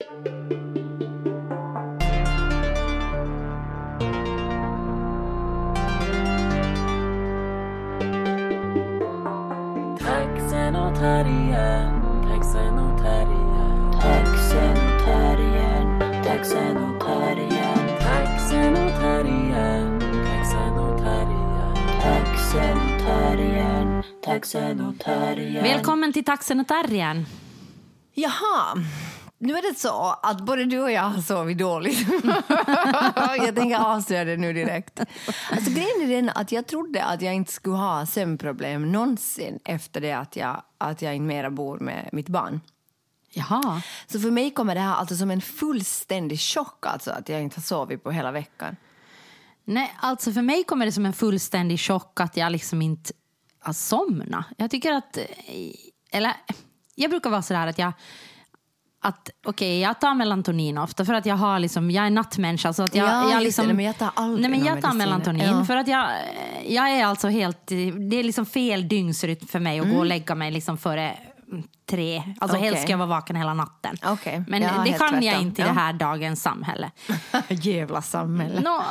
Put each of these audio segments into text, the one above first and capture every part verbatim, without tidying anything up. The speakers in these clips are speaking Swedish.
Taxenotarien, taxenotarien, taxenotarien, taxenotarien, taxenotarien, taxenotarien, taxenotarien, taxenotarien. Välkommen till Taxenotarien. Jaha, nu är det så att både du och jag har sovit dåligt. Jag tänker avslöja det nu direkt. Alltså grejen är den att jag trodde att jag inte skulle ha sömnproblem någonsin efter det att jag, att jag inte mera bor med mitt barn. Jaha. Så för mig kommer det här alltså som en fullständig chock, alltså att jag inte har sovit på hela veckan. Nej, alltså för mig kommer det som en fullständig chock att jag liksom inte har somnat. Jag tycker att, eller jag brukar vara så där att jag att okej, okay, jag tar melatonin ofta för att jag har liksom, jag är nattmänniska så att jag, ja, jag liksom det, men jag tar aldrig nej men jag tar melatonin ja. För att jag jag är alltså helt, det är liksom fel dygnsrytm för mig att mm. gå och lägga mig liksom före tre, alltså okay. Helst ska jag vara vaken hela natten. Okay. Men det kan tvärtom. jag inte i ja. det här dagens samhälle. Jävla samhälle. No.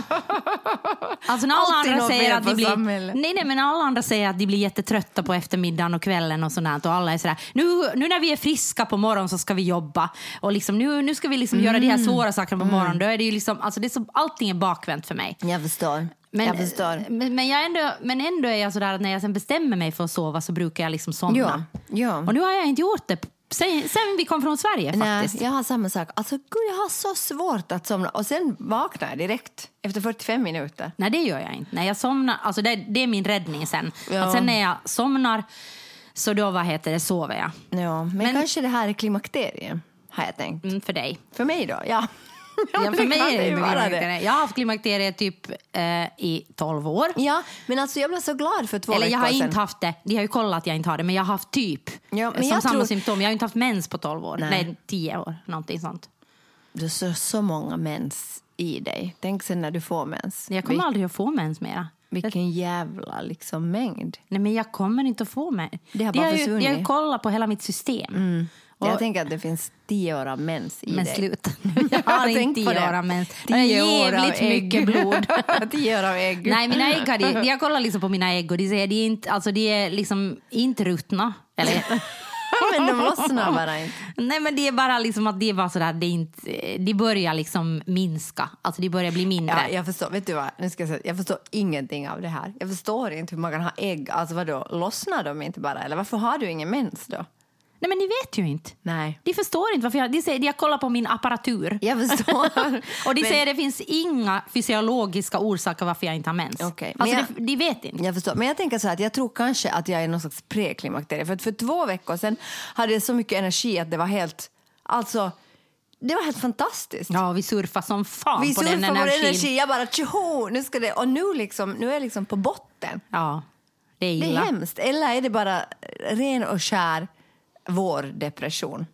Alltså när alla andra säger att de blir samhälle. nej nej men alla andra säger att de blir jättetrötta på eftermiddagen och kvällen och sånt, och alla är så där, nu nu när vi är friska på morgonen så ska vi jobba och liksom nu nu ska vi liksom mm. göra de här svåra sakerna på morgonen. Då är det ju liksom, alltså det är så, allting är bakvänt för mig. Jag förstår. Men, jag förstår. Men, men, jag ändå, men ändå är jag så där att när jag sen bestämmer mig för att sova så brukar jag liksom somna. Ja, ja. Och nu har jag inte gjort det sen, sen vi kom från Sverige faktiskt. Nej, jag har samma sak. Alltså gud, jag har så svårt att somna. Och sen vaknar jag direkt efter fyrtiofem minuter. Nej, det gör jag inte. När jag somnar, alltså det, det är min räddning sen. Ja. Att sen när jag somnar så då, vad heter det, sover jag. Ja, men, men kanske det här är klimakteriet, har jag tänkt. Mm, för dig. För mig då, ja. Ja, för mig är det ju vara det. Jag har haft klimakteriet typ eh, i tolv år. Ja, men alltså jag blev så glad för två Eller veckor jag har sedan. inte haft det. De har ju kollat att jag inte har det, men jag har haft typ ja, men som jag samma tror... symptom. Jag har inte haft mens på tolv år. Nej, Nej tio år, någonting sånt. Du har så många mens i dig. Tänk sen när du får mens. Jag kommer Vil- aldrig att få mens mera. Vilken jävla liksom mängd. Nej, men jag kommer inte att få mens. Det har de bara har ju, försvunnit. de har ju kollat på hela mitt system. Mm. Och, jag tänker att det finns tio år av mens i men dig. sluta. Jag har inte tio år av mens. Det är Tio år av jävligt ägg. mycket blod. Tio år av ägg. Nej, mina ägg har de, jag kollar liksom på mina ägg och de säger de är inte, alltså de är liksom inte ruttna. Eller men de lossnar bara inte. Nej, men det är bara liksom att det är bara så där, det är inte, de börjar liksom minska. Alltså de börjar bli mindre. Ja, jag förstår, vet du vad? Nu ska jag säga, jag förstår ingenting av det här. Jag förstår inte hur man kan ha ägg. Alltså vadå, lossnar de inte bara? Eller varför har du ingen mens då? Nej, men ni vet ju inte. Nej. De förstår inte varför jag, de säger, jag kollar på min apparatur. Jag förstår. Och de men... säger att det finns inga fysiologiska orsaker varför jag inte har mens. Okay. Alltså jag... det, de vet inte. Jag förstår. Men jag tänker så här att jag tror kanske att jag är någon slags preklimakterie. För att för två veckor sedan hade jag så mycket energi att det var helt, alltså det var helt fantastiskt. Ja, vi surfar som fan vi på den energin. Vi surfar på energi. Jag bara, tjoho, nu ska det, och nu liksom, nu är jag liksom på botten. Ja, det är illa. Det är hemskt. Eller är det bara ren och skär vårdepression?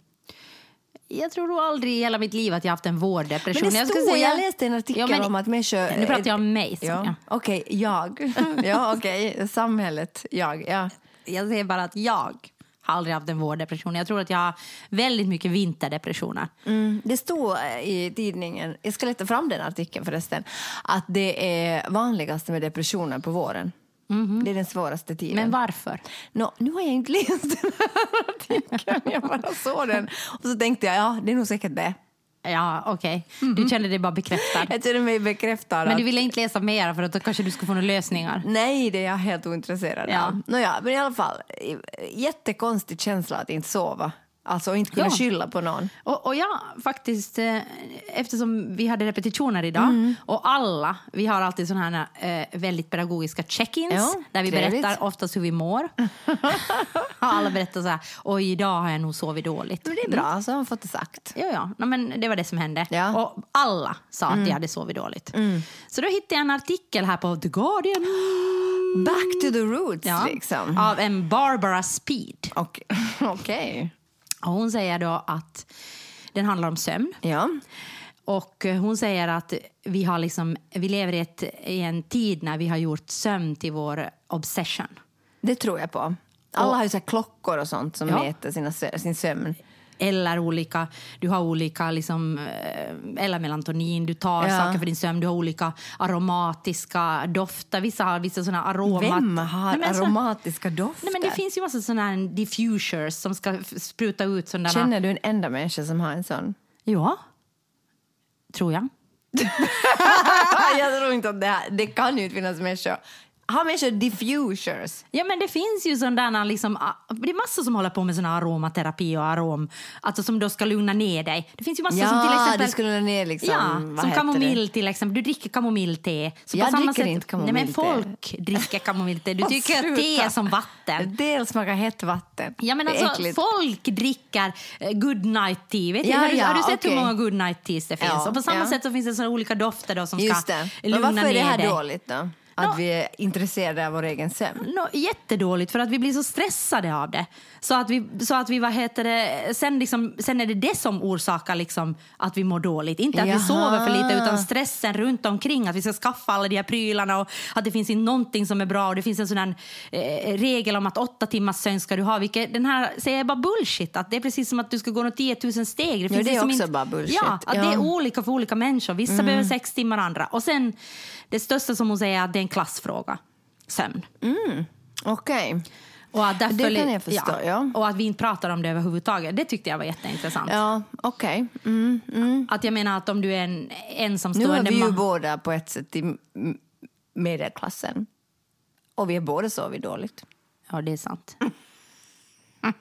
Jag tror nog aldrig i hela mitt liv att jag haft en vårdepression. Men det stod, jag, ska säga, jag läste en artikel ja, men, om att människor... Nu pratar jag om mig. Ja. Ja. Okej, okay, jag. Ja, okej. Okay. Samhället, jag. Ja. Jag säger bara att jag har aldrig haft en vårdepression. Jag tror att jag har väldigt mycket vinterdepressioner. Mm, det stod i tidningen, jag ska leta fram den artikeln förresten, att det är vanligaste med depressioner på våren. Mm-hmm. Det är den svåraste tiden. Men varför? No, nu har jag inte läst den här artikeln. Jag bara såg den. Och så tänkte jag, ja, det är nog säkert det. Ja, okej. Okay. Du kände dig bara bekräftad. Jag kände mig bekräftad. Men du ville inte läsa mer för att då kanske du skulle få några lösningar. Nej, det är jag helt ointresserad ja. av. Nåja, men i alla fall, jättekonstig känsla att inte sova. Alltså inte kunna ja. skylla på någon. Och, och ja, faktiskt, eh, eftersom vi hade repetitioner idag mm. och alla, vi har alltid sådana här eh, väldigt pedagogiska check-ins ja, där vi trevligt. berättar oftast hur vi mår. Alla berättar så här, och idag har jag nog sovit dåligt. Men det är bra, så har man fått det sagt. Ja, ja. No, men det var det som hände. Ja. Och alla sa att mm. de hade sovit dåligt. Mm. Så då hittade jag en artikel här på The Guardian. Back to the roots, ja. liksom. Av en Barbara Speed. Okej. Okay. Och hon säger då att den handlar om sömn. Ja. Och hon säger att vi har liksom, vi lever i, ett, i en tid när vi har gjort sömn till vår obsession. Det tror jag på. Alla och, har ju så här klockor och sånt som ja. mäter sina, sin sömn. eller olika, du har olika liksom, eller melatonin, du tar Ja. saker för din sömn, du har olika aromatiska dofter, vissa har vissa såna aromat. Vem har Nej, men så- aromatiska dofter? Nej, men det finns ju massa såna här diffusers som ska f- spruta ut sådana. Känner du en enda människa som har en sån? Ja, tror jag. Jag tror inte att det här, det kan ju inte finnas människor. Har människor diffusers? Ja, men det finns ju sådana liksom, det är massor som håller på med såna aromaterapi och arom, alltså som då ska lugna ner dig. Det finns ju massor Ja, som till exempel, det skulle ner liksom, ja, vad som heter kamomill det? till exempel. Du dricker kamomillte. Så Jag på samma dricker sätt, inte nej, men kamomillte. folk dricker kamomillte. Du tycker att te är Sluta. som vatten. Det smakar hett vatten. Ja, men Det är alltså, äckligt. folk dricker eh, good night tea. Vet du? Ja, har, du, ja, har du sett okej. hur många good night teas det finns? Ja, och på samma ja. sätt så finns det såna olika dofter då som Just ska det. Men lugna varför är det ner här dig. dåligt då? Att Nå- vi är intresserade av vår egen sömn? No, jättedåligt för att vi blir så stressade av det. Så att vi, så att vi vad heter det, sen, liksom, sen är det det som orsakar liksom att vi mår dåligt. Inte att Jaha. vi sover för lite utan stressen runt omkring. Att vi ska skaffa alla de här prylarna och att det finns någonting som är bra. Och det finns en sån här eh, regel om att åtta timmars sömn ska du ha. Vilket den här säger bara bullshit. Att det är precis som att du ska gå något tio tusen steg. Ja, finns det är liksom också inte- bara bullshit. Ja, att Ja. det är olika för olika människor. Vissa behöver sex timmar, andra. Och sen det största som hon säger är att det är en klassfråga. Sömn. Okej. Och att därför, Det kan jag förstå, ja. Och att vi inte pratar om det överhuvudtaget. Det tyckte jag var jätteintressant. Ja, okej. Mm, mm. Att jag menar att om du är en Nu ensamstående är vi ju man- båda på ett sätt i m- medelklassen. Och vi är båda sover dåligt. Ja, det är sant. Nej,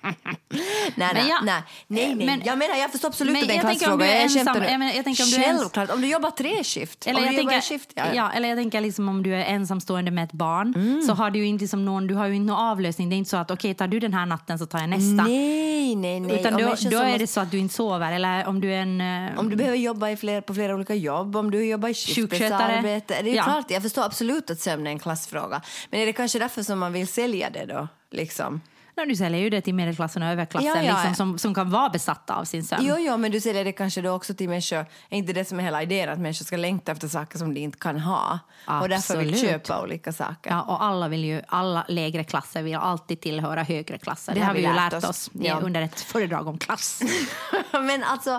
nej, jag- nej, nej, nej. men- jag menar, jag förstår absolut men att det är en jag tänker om klassfråga. du är Jag ensam- skämtar nu. jag menar, jag tänker om du är ens- Självklart, om du jobbar tre skift. Eller om jag, du jobbar tänker, en skift, ja. ja, eller jag tänker liksom om du är ensamstående med ett barn Mm. så har du ju inte liksom någon, du har ju inte någon avlösning. Det är inte så att okej, tar du den här natten så tar jag nästa. Nej, nej, nej. Utan Om då, människor då som är måste- det så att du inte sover. Eller om du är en... eh, Om du behöver jobba i fler, på flera olika jobb, om du jobbar i Sjukskötare. skiftarbete. Det är ju Ja. klart, jag förstår absolut att sömn är en klassfråga. Men är det kanske därför som man vill sälja det då? Liksom? no, du säljer ju det till medelklassen och överklassen Ja, ja. Liksom, som, som kan vara besatta av sin sömn. Jo, jo, men du säljer det kanske då också till människor. Är inte det som är hela idén, att människor ska längta efter saker som de inte kan ha? Och därför vill Absolut. köpa olika saker. Ja, och alla vill ju, alla lägre klasser vill alltid tillhöra högre klasser. Det, har vi ju lärt oss, oss. Ja. under ett föredrag om klass. Men alltså,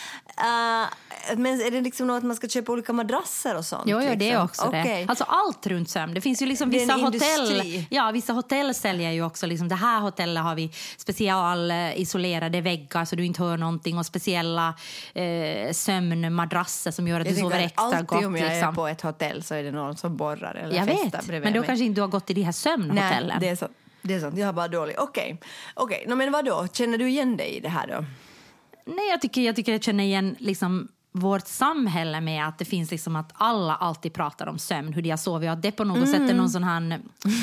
uh, men är det liksom något att man ska köpa olika madrasser och sånt? Jo, jo, det är liksom? också Okej. det. Alltså allt runt sömn. Det finns ju liksom Det är vissa en hotell. industri. Ja, vissa hotell säljer ju också liksom, det här hotellet har vi special eh, isolerade väggar så du inte hör någonting och speciella eh, sömnmadrasser som gör att Jag du sover tänker extra alltid gott. om jag är Liksom. på ett hotell så är det någon som borrar eller Jag festar vet, bredvid men då mig. kanske inte du har gått i de här sömnhotellen. Nej, det är sant. Det är sant. Jag har bara dålig. Okej, okej. No, men vad då? Känner du igen dig i det här då? Nej, jag tycker jag, tycker jag känner igen liksom vårt samhälle med att det finns liksom att alla alltid pratar om sömn, hur de har sovit och att det på något Mm. sätt är någon sån här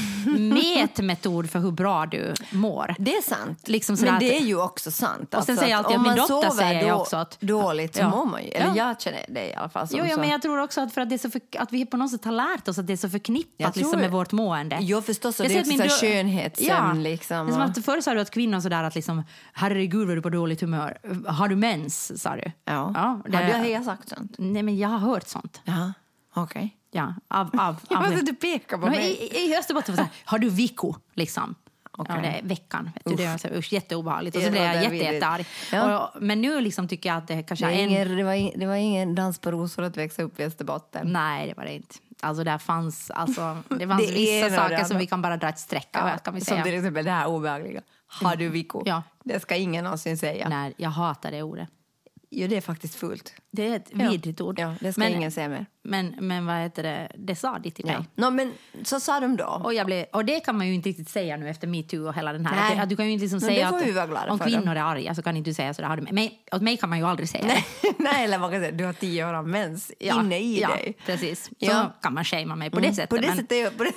mätmetod för hur bra du mår. Det är sant. Liksom sådär men det att- är ju också sant. Och sen Alltså säger jag att alltid om att min man dotter sover säger då, också att- dåligt så Ja. mår man ju. Eller Ja. jag känner det i alla fall. Som Jo, ja, så. men jag tror också att, för att, det är så för, att vi på något sätt har lärt oss att det är så förknippat Jag tror- liksom, med vårt mående. Jo, förstås. Och Jag det ser är att också min så här dö- skönhetssömn. Ja. Liksom, Det är som och- att förr sa du att kvinnor sådär att liksom, herregud vad du på dåligt humör. Har du mens, sa du. Ja. det, Har du jag sagt sånt? Nej, men jag har hört sånt. Ja, okej. Ja, av, av, Jag av, måste inte peka på No, mig. i, I Österbotten var det så här, har du Vico? Liksom. Okej. Ja, det är veckan. Vet du, det är så, usch, jätteobehagligt. Och Det så blev jag låter jätte, vidrigt. jättearg. Ja. Och, men nu liksom tycker jag att det kanske Det, är är en... ingen, det, var ing, det var ingen dans på rosor att växa upp i Österbotten. Nej, det var det inte. Alltså, där fanns, alltså, det fanns Det är vissa en och det saker som andra. vi kan bara dra ett streck över, kan vi som säga. till exempel det här obehagliga. Har du Vico? Ja. Det ska ingen någonsin säga. Nej, jag hatar det ordet. Jo, det är faktiskt fult. Det är ett Ja. vidrigt ord. Ja, det ska men, ingen säga mer. Men, men vad heter det? Det sa de till mig. Ja. No, men så sa de då. Och, jag blev, och det kan man ju inte riktigt säga nu efter MeToo och hela den här. Nej. Att, du kan ju inte liksom Men säga det får att vi vara glada om för kvinnor är arga så kan inte du säga så. Där har du, men åt mig kan man ju aldrig säga Nej, det. nej, eller man kan säga du har tio år av mens Ja, inne i ja, dig. precis. Så Ja. kan man shamea mig på det sättet. På det men, sättet, på det,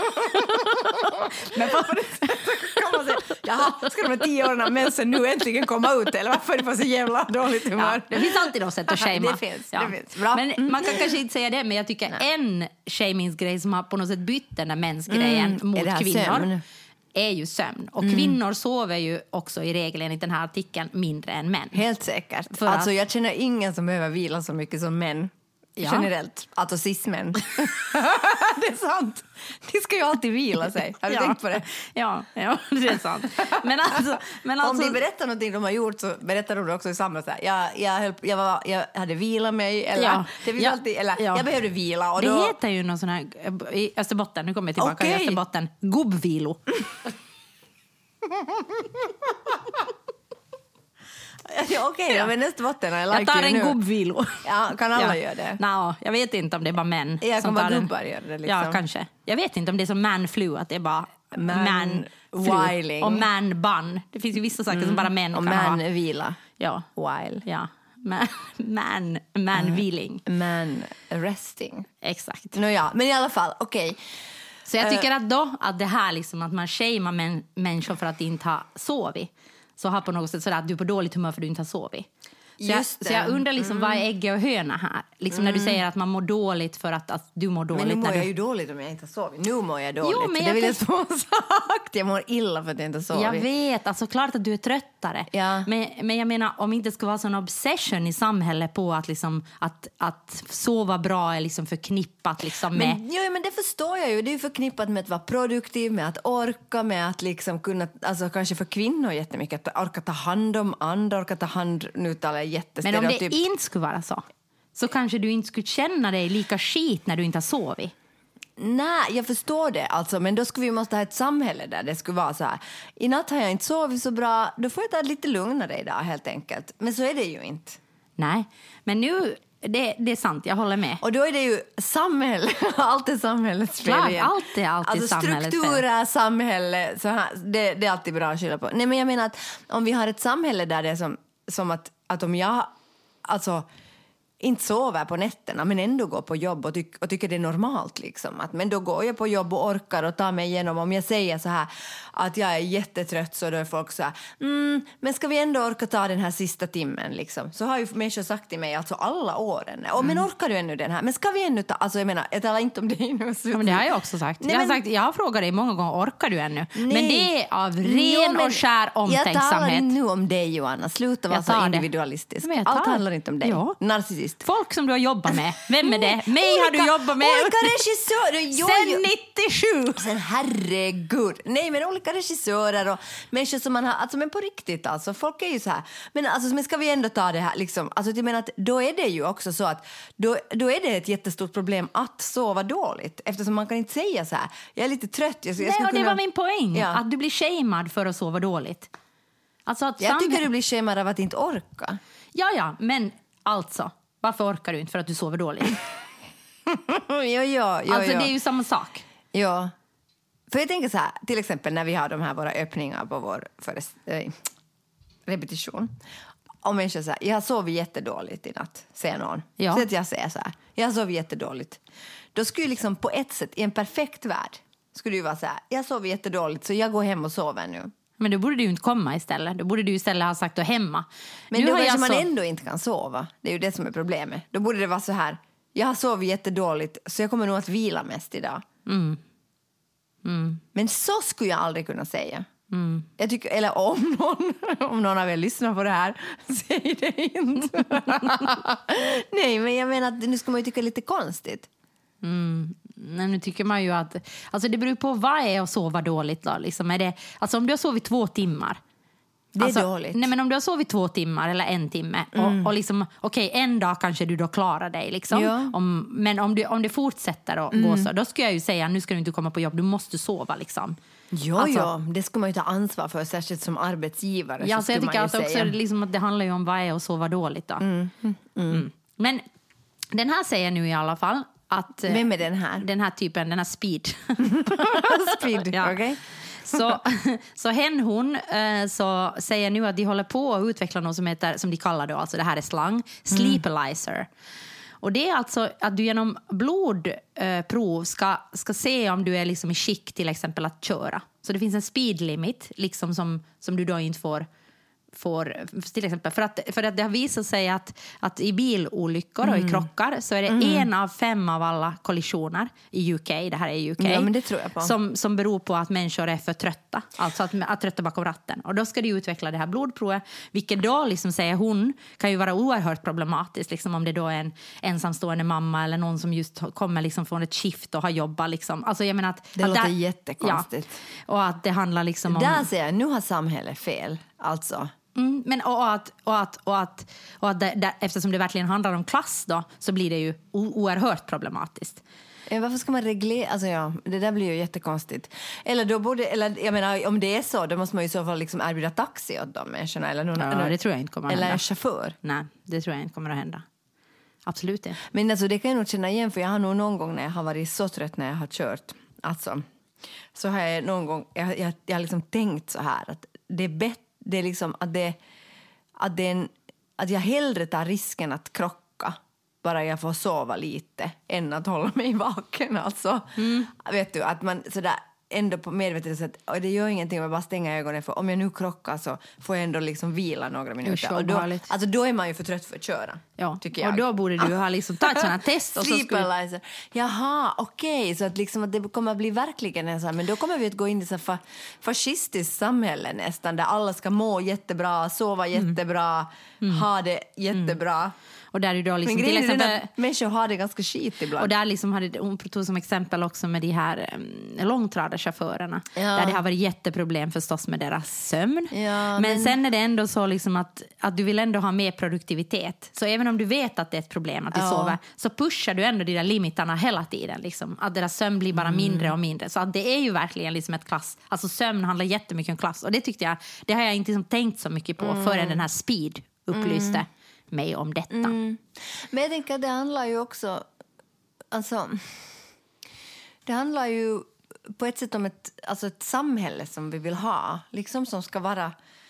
men på, på det sättet kan man säga, jaha, ska de här tio åren av mensen nu äntligen komma ut? Eller varför är det på så jävla dåligt humör? ja, det finns alltid något sätt att shamea. Det finns, ja. det finns. Bra. Men man kan kanske inte säga det, men jag tycker en shamingsgrej som har på något sätt bytt den där mensgrejen Mm, är mot det här kvinnor sömn? är ju sömn. Och Mm. kvinnor sover ju också i regel enligt den här artikeln mindre än män. Helt säkert. För Alltså, att- jag känner ingen som behöver vila så mycket som män. Ja. Generellt. Alltså cis-män. Det är sant. De ska ju alltid vila sig. Har du ja. tänkt på det? Ja, ja, det är sant. Men alltså, men alltså... Om de berättar någonting de har gjort så berättar de det också i samma så här. Jag, jag, höll, jag, var, jag hade vilat mig eller, Ja. det finns Ja. alltid, eller Ja. jag behövde vila. Och det då... heter ju någon sån här, i Österbotten, nu kommer jag tillbaka Okej. i Österbotten, gubbvilo. Ja, okej, okay, ja. Men nästa botten. I like Jag tar you en nu. gubbvilo. Ja, kan alla Ja. göra det? No, jag vet inte om det är bara män. Jag som kan bara tar en- gubbar göra det liksom. Ja, kanske. Jag vet inte om det är som man-flu, att det är bara Man- man-flu. wiling. Och man-bun. Det finns ju vissa saker som bara män Och kan man ha. vila. Ja, While. ja. Man, man, man-viling. Man resting. Exakt. Nå ja, men i alla fall, okej. Så jag tycker att då, att det här liksom, att man shamear män, människor för att de inte har sovit, så har på något sätt sådär att du är på dåligt humör för att du inte har sovit. Så jag, Just det. så jag undrar liksom, vad är ägg och höna här? Liksom när du säger att man mår dåligt för att, att du mår dåligt. Men nu mår när jag du... ju dåligt om jag inte har sovit. Nu mår jag dåligt. Jo, men det jag vill jag kan- få sagt. Jag mår illa för att jag inte har sovit. Jag vet, alltså klart att du är tröttare. Ja. Men, men jag menar, om det inte ska vara sån obsession i samhället på att, liksom, att, att sova bra är liksom förknippat liksom med... Men, jo, men det förstår jag ju. Det är ju förknippat med att vara produktiv, med att orka, med att liksom kunna, alltså kanske för kvinnor jättemycket, att orka ta hand om andra, orka ta hand, nu talar jag Men jättestereotyp. om det inte skulle vara så, så kanske du inte skulle känna dig lika skit när du inte har sovit. Nej, jag förstår det. Alltså, men då skulle vi måste ha ett samhälle där det skulle vara så här. I natt har jag inte sovit så bra, då får jag ta det lite lugnare idag helt enkelt. Men så är det ju inte. Nej, men nu, det, det är sant, jag håller med. Och då är det ju samhälle, allt är samhällets fel Klart, igen. allt är alltid alltså, samhällets fel. strukturer, samhälle, så här, det, det är alltid bra att skylla på. Nej, men jag menar att om vi har ett samhälle där det är som, som att, att om jag alltså inte sover på nätterna men ändå går på jobb och, tyck, och tycker det är normalt liksom. Att, men då går jag på jobb och orkar och tar mig igenom. Om jag säger så här att jag är jättetrött så då är folk så här mm, men ska vi ändå orka ta den här sista timmen liksom? Så har ju människor sagt till mig alltså alla åren. Och, men orkar du ännu den här? Men ska vi ännu ta? Alltså jag menar, jag talar inte om dig nu. Ja, men det har jag också sagt. Nej, jag, har men- sagt jag har frågat dig många gånger, orkar du ännu? Nej. Men det är av ren Jo, men och skär Jag talar omtänksamhet. inte nu om dig, Joanna. Sluta vara Jag så tar det. individualistisk. Men jag tar Allt det. handlar inte om dig. Ja. Narcissist. Folk som du har jobbat med. Vem är det? Mig har du Olika- jobbat med. Olika regissörer. Jo, Sen jo. nittiosju. Sen herregud. Nej, men olika regissörer och människor som man har, alltså men på riktigt alltså, folk är ju så här. Men alltså, men ska vi ändå ta det här liksom, alltså jag menar att då är det ju också så att då, då är det ett jättestort problem att sova dåligt, eftersom man kan inte säga så här, jag är lite trött. Jag, jag Nej, skulle och det kunna- var min poäng. Ja. Att du blir shamed för att sova dåligt. Alltså att Jag samhä- tycker du blir skämmad av att inte orka. Ja, ja, men alltså. Varför orkar du inte? För att du sover dåligt. ja, ja, ja, Alltså ja. det är ju samma sak. Ja. För jag tänker så här, till exempel när vi har de här våra öppningar på vår förest- äh, repetition. Om människor säger, jag har sovit jättedåligt i natt, säger någon. Ja. Så att jag säger så här, jag har sovit jättedåligt. Då skulle liksom på ett sätt, i en perfekt värld, skulle det ju vara så här, jag har sovit jättedåligt så jag går hem och sover nu. Men då borde du ju inte komma istället. Då borde du istället ha sagt att hemma. Men Nu då har kanske jag man så- ändå inte kan sova. Det är ju det som är problemet. Då borde det vara så här, jag har sovit jättedåligt så jag kommer nog att vila mest idag. Mm. Mm. Men så skulle jag aldrig kunna säga. Mm. Jag tycker, eller om någon, om någon av er lyssnar på det här, säg det inte. Nej, men jag menar att nu ska man ju tycka lite konstigt. Mm. Men nu tycker man ju att... Alltså det beror på vad är att sova dåligt då. Liksom är det, alltså om du har sovit två timmar. Det är alltså, dåligt. Nej, men om du har sovit två timmar eller en timme. Och, och liksom, okej, en dag kanske du då klarar dig. Liksom. Ja. Om, men om, du, om det fortsätter att gå så, då ska jag ju säga, nu ska du inte komma på jobb, du måste sova liksom. Jo, Alltså- ja, det ska man ju ta ansvar för, särskilt som arbetsgivare. Ja, så så jag skulle tycker man att ju också säga. liksom, att det handlar ju om vad är att sova dåligt då. Mm. Mm. Mm. Men den här säger nu i alla fall att... eh, Vem är den här? Den här typen, den här speed. Speed, Ja. okej. Så, så hen hon eh, så säger nu att de håller på att utveckla något som heter, som de kallar då, alltså det här är slang, sleepalizer. Och det är alltså att du genom blodprov ska, ska se om du är liksom i skick till exempel att köra. Så det finns en speed limit liksom som, som du då inte får får till exempel för att, för att det har visat sig att, att i bilolyckor och Mm. i krockar så är det Mm. en av fem av alla kollisioner i U K, det här är U K, Ja, men det tror jag på. som, som beror på att människor är för trötta, alltså att, att trötta bakom ratten. Och då ska du utveckla det här blodprovet, vilket då liksom säger hon kan ju vara oerhört problematiskt, liksom om det då är en ensamstående mamma eller någon som just kommer liksom från ett skift och har jobbat liksom. Alltså jag menar att Det att låter där- jättekonstigt. Ja, och att det handlar liksom om Där säger jag, nu har samhället fel. Alltså. Mm, men och att, och att, och att, och att det, det, eftersom det verkligen handlar om klass då, så blir det ju o, oerhört problematiskt. Eh, Varför ska man reglera? Alltså ja, det där blir ju jättekonstigt. Eller då borde, eller jag menar, om det är så, då måste man ju i så fall liksom erbjuda taxi åt de människorna. Eller, någon, Ja, det tror jag inte kommer att eller hända. en chaufför. Nej, det tror jag inte kommer att hända. Absolut inte. Men alltså, det kan jag nog känna igen, för jag har nog någon gång när jag har varit så trött när jag har kört, alltså, så har jag någon gång, jag, jag, jag har liksom tänkt så här, att det är bättre, det är liksom att det, att det är en, att jag hellre tar risken att krocka, bara jag får sova lite, än att hålla mig vaken, alltså. Mm. Vet du, att man sådär ändå på medvetet sätt, och det gör ingenting om jag bara stänger ögonen, för om jag nu krockar så får jag ändå liksom vila några minuter. Usch, Och då, obehagligt. alltså då är man ju för trött för att köra, Ja, tycker jag. och då borde du ha liksom tagit sådana test. Och så skulle... Sleepalizer. Jaha, okej. Okay. Så att, liksom att det kommer att bli verkligen en sån här, men då kommer vi att gå in i så fa- fascistiskt samhälle nästan, där alla ska må jättebra, sova jättebra, mm. ha det jättebra. Mm. Och där är då liksom, men till grejen exempel, är att människor har det ganska skit ibland. Och där liksom hade hon tog som exempel också med de här um, långtradarchaufförerna. Ja. Där det har varit jätteproblem förstås med deras sömn. Ja, men, men sen är det ändå så liksom att, att du vill ändå ha mer produktivitet. Så även om du vet att det är ett problem att du Ja. sover, så pushar du ändå de där limiterna hela tiden. Liksom. Att deras sömn blir bara mindre och mindre. Så att det är ju verkligen liksom ett klass. Alltså sömn handlar jättemycket om klass. Och det tyckte jag, det har jag inte liksom tänkt så mycket på mm. förrän den här Speed upplyste mm. mig om detta. Mm. Men jag tänker att det handlar ju också, alltså, det handlar ju på ett sätt om ett, alltså ett samhälle som vi vill ha, liksom som ska vara